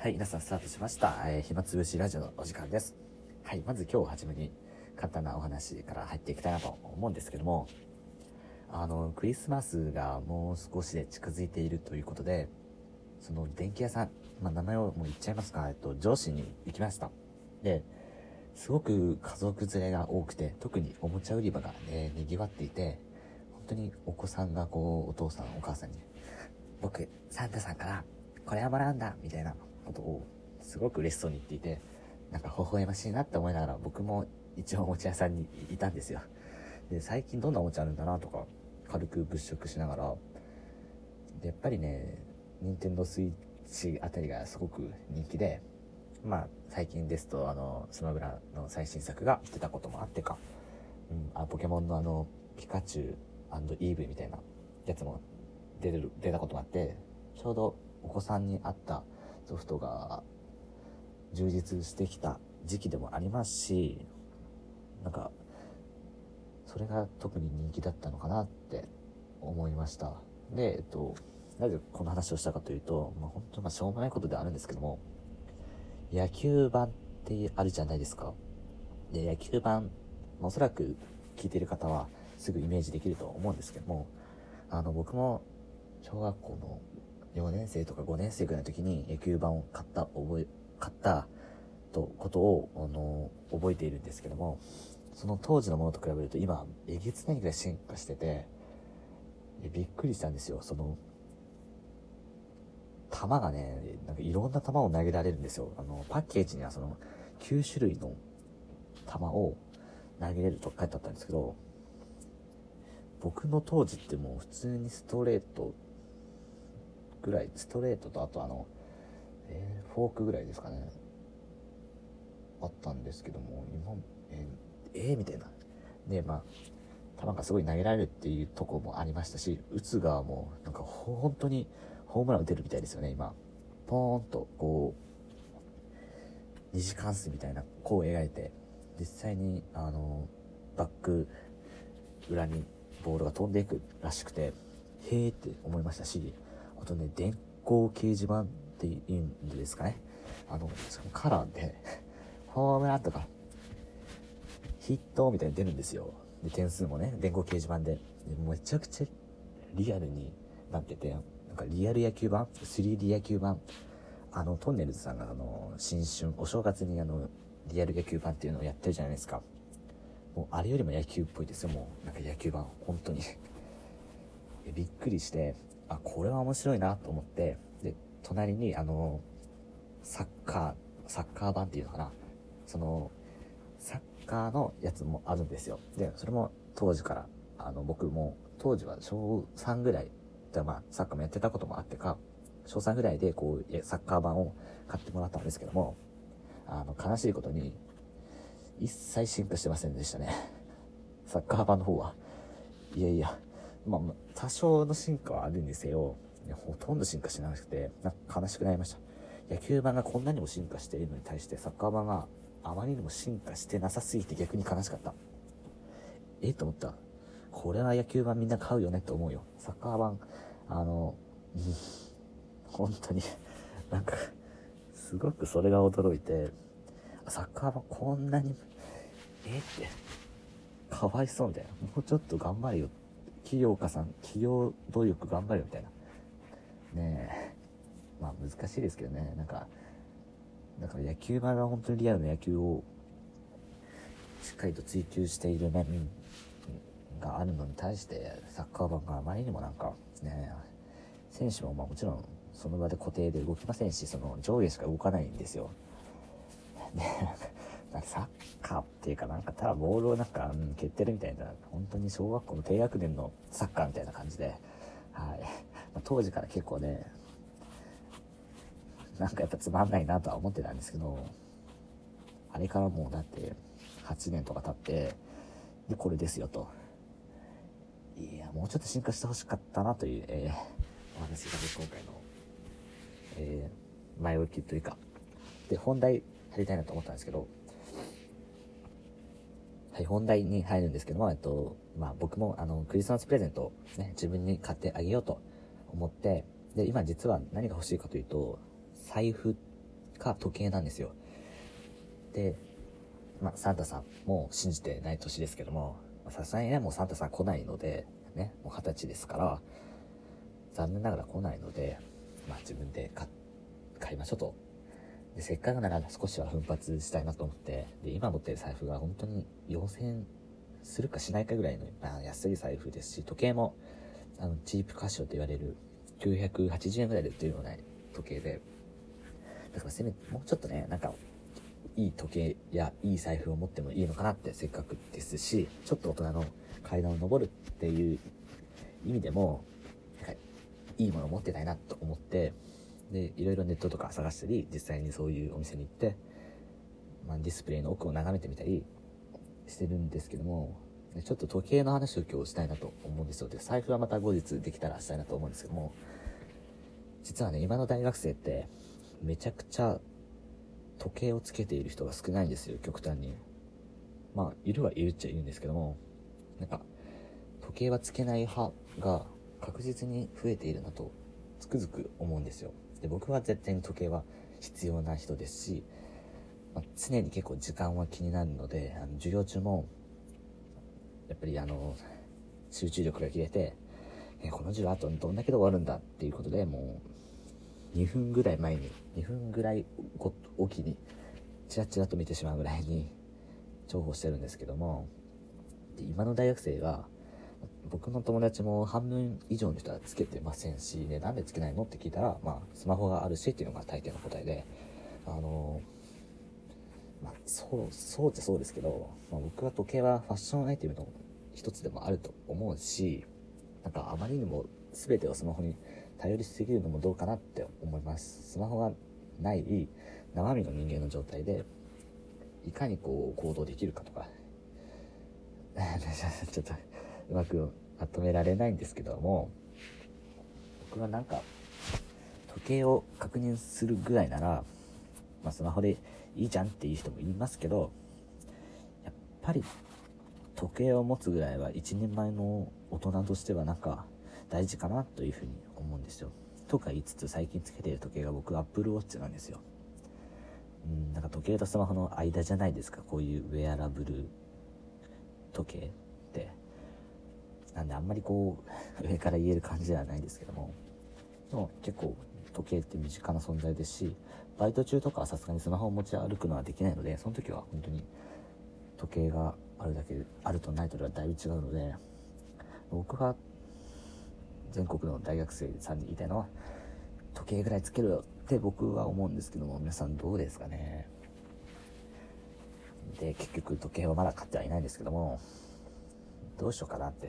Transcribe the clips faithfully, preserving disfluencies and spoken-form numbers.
はい、皆さんスタートしました。えー、暇つぶしラジオのお時間です。はい、まず今日はじめに簡単なお話から入っていきたいなと思うんですけども、あの、クリスマスがもう少しで近づいているということで、その電気屋さん、まあ名前をもう言っちゃいますか、えっと、上司に行きました。で、すごく家族連れが多くて、特におもちゃ売り場がね、賑わっていて、本当にお子さんがこう、お父さんお母さんに、僕、サンタさんからこれはもらうんだみたいなことをすごく嬉しそうに言っていて、なんか微笑ましいなって思いながら、僕も一応おもちゃ屋さんにいたんですよ。で、最近どんなおもちゃあるんだなとか軽く物色しながら、でやっぱりね、任天堂スイッチあたりがすごく人気で、まあ最近ですとあのスマブラの最新作が出たこともあってか、うん、あポケモンのあのピカチュウ&イーブイみたいなやつも出る出たこともあって、ちょうどお子さんに合ったソフトが充実してきた時期でもありますし、なんかそれが特に人気だったのかなって思いました。で、えっとなぜこの話をしたかというと、まあ、本当にまあしょうもないことではあるんですけども、野球盤ってあるじゃないですか。で、野球盤、おそらく聞いている方はすぐイメージできると思うんですけども、あの僕も小学校のよねん生とかごねん生ぐらいの時に野球盤を買った覚え買ったとことをあの覚えているんですけども、その当時のものと比べると今えげつないぐらい進化してて、びっくりしたんですよ。その球がね、なんかいろんな球を投げられるんですよ。あのパッケージにはそのきゅう種類の球を投げれると書いてあったんですけど、僕の当時ってもう普通にストレートぐらい、ストレートとあとあの、えー、フォークぐらいですかね、あったんですけども、今えー、えー、みたいな。で、まあ球がすごい投げられるっていうところもありましたし、打つ側もなんか本当にホームラン打てるみたいですよね。今ポーンとこう二次関数みたいな弧を描いて、実際にあのバック裏にボールが飛んでいくらしくて、へーって思いましたし、あとね、電光掲示板っていうんですかね、あのそのカラーでホームランとかヒットみたいに出るんですよ。で点数もね、電光掲示板で、でめちゃくちゃリアルになってて、なんかリアル野球盤 スリーディー 野球盤、あのトンネルズさんがあの新春お正月にあのリアル野球盤っていうのをやってるじゃないですか。もうあれよりも野球っぽいですよ。もうなんか野球盤本当にびっくりして、あ、これは面白いなと思って、で隣にあのサッカーサッカー版っていうのかな、そのサッカーのやつもあるんですよ。でそれも当時からあの僕も当時は小さんぐらいで、まあサッカーもやってたこともあってか、小さんぐらいでこうサッカー版を買ってもらったんですけども、あの悲しいことに一切進化してませんでしたね。サッカー版の方は。いやいや、まあ、多少の進化はあるにせよ、ほとんど進化しなくて、なんか悲しくなりました。野球版がこんなにも進化しているのに対して、サッカー版があまりにも進化してなさすぎて逆に悲しかった。えと思った。これは野球版みんな買うよねって思うよ。サッカー版、あの、うん、本当に、なんか、すごくそれが驚いて、サッカー版こんなに、えって、かわいそうみたいな。もうちょっと頑張れよ。企業家さん、企業努力頑張れよみたいな。ねえ。まあ難しいですけどね。なんか、だから野球版が本当にリアルな野球をしっかりと追求している面があるのに対して、サッカー版があまりにもなんか、ねえ、選手もまあもちろんその場で固定で動きませんし、その上下しか動かないんですよ。ねなんかサッカーっていうか、なんかただボールをなんか、うん、蹴ってるみたいな、本当に小学校の低学年のサッカーみたいな感じで、はい、まあ、当時から結構ね、なんかやっぱつまんないなとは思ってたんですけど、あれからもうだってはちねんとか経って、でこれですよと、いやもうちょっと進化してほしかったなという、えー、お話が今回の、えー、前置きというかで本題入りたいなと思ったんですけど、はい、本題に入るんですけども、えっと、まあ僕もあの、クリスマスプレゼントをね、自分に買ってあげようと思って、で、今実は何が欲しいかというと、財布か時計なんですよ。で、まあ、サンタさんも信じてない年ですけども、さすがにね、もうサンタさん来ないので、ね、もう二十歳ですから、残念ながら来ないので、まあ自分で買、買いましょうと。で、せっかくなら少しは奮発したいなと思って、で、今持ってる財布が本当によんせんえんするかしないかぐらいの、まあ、安い財布ですし、時計も、あの、チープカシオと言われるきゅうひゃくはちじゅうえんぐらいで売ってるような時計で、だからせめて、もうちょっとね、なんか、いい時計やいい財布を持ってもいいのかなって、せっかくですし、ちょっと大人の階段を登るっていう意味でも、なんかいいものを持ってたいなと思って、で、いろいろネットとか探したり、実際にそういうお店に行って、まあ、ディスプレイの奥を眺めてみたりしてるんですけども、ちょっと時計の話を今日したいなと思うんですよ。で、財布はまた後日できたらしたいなと思うんですけども、実はね、今の大学生ってめちゃくちゃ時計をつけている人が少ないんですよ、極端に。まあ、いるはいるっちゃいるんですけども、なんか、時計はつけない派が確実に増えているなと、つくづく思うんですよ。で、僕は絶対に時計は必要な人ですし、まあ、常に結構時間は気になるので、あの授業中も、やっぱりあの、集中力が切れて、えこの授業あとどんだけで終わるんだっていうことで、もう、にふんぐらい前に、にふんぐらいおきに、チラチラと見てしまうぐらいに、重宝してるんですけども、で今の大学生は、僕の友達も半分以上の人はつけてませんし、ね、なんでつけないのって聞いたら、まあ、スマホがあるしっていうのが大抵の答えで、あのまあ、そう、そうっちゃそうですけど、まあ、僕は時計はファッションアイテムの一つでもあると思うし、なんかあまりにも全てをスマホに頼りすぎるのもどうかなって思います。スマホがない生身の人間の状態で、いかにこう行動できるかとか、ちょっとうまくまとめられないんですけども、僕はなんか時計を確認するぐらいなら、まあ、スマホでいいじゃんっていう人もいますけど、やっぱり時計を持つぐらいは一人前の大人としてはなんか大事かなというふうに思うんですよ。とか言いつつ最近つけている時計が僕 Apple Watch なんですよ。うん、なんか時計とスマホの間じゃないですか、こういうウェアラブル時計って。なんであんまりこう上から言える感じではないですけども、でも結構時計って身近な存在ですし、バイト中とかはさすがにスマホを持ち歩くのはできないので、その時は本当に時計があるだけで、あるとないとではだいぶ違うので、僕が全国の大学生さんに言いたいのは、時計ぐらいつけろよって僕は思うんですけども、皆さんどうですかね。で、結局時計はまだ買ってはいないんですけども、どうしようかなって。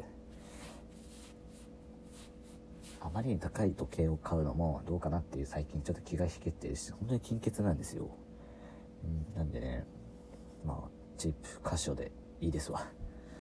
あまりに高い時計を買うのもどうかなっていう、最近ちょっと気が引けてるし、本当に金欠なんですよ。うん、なんでね、まあチープカシオでいいですわ。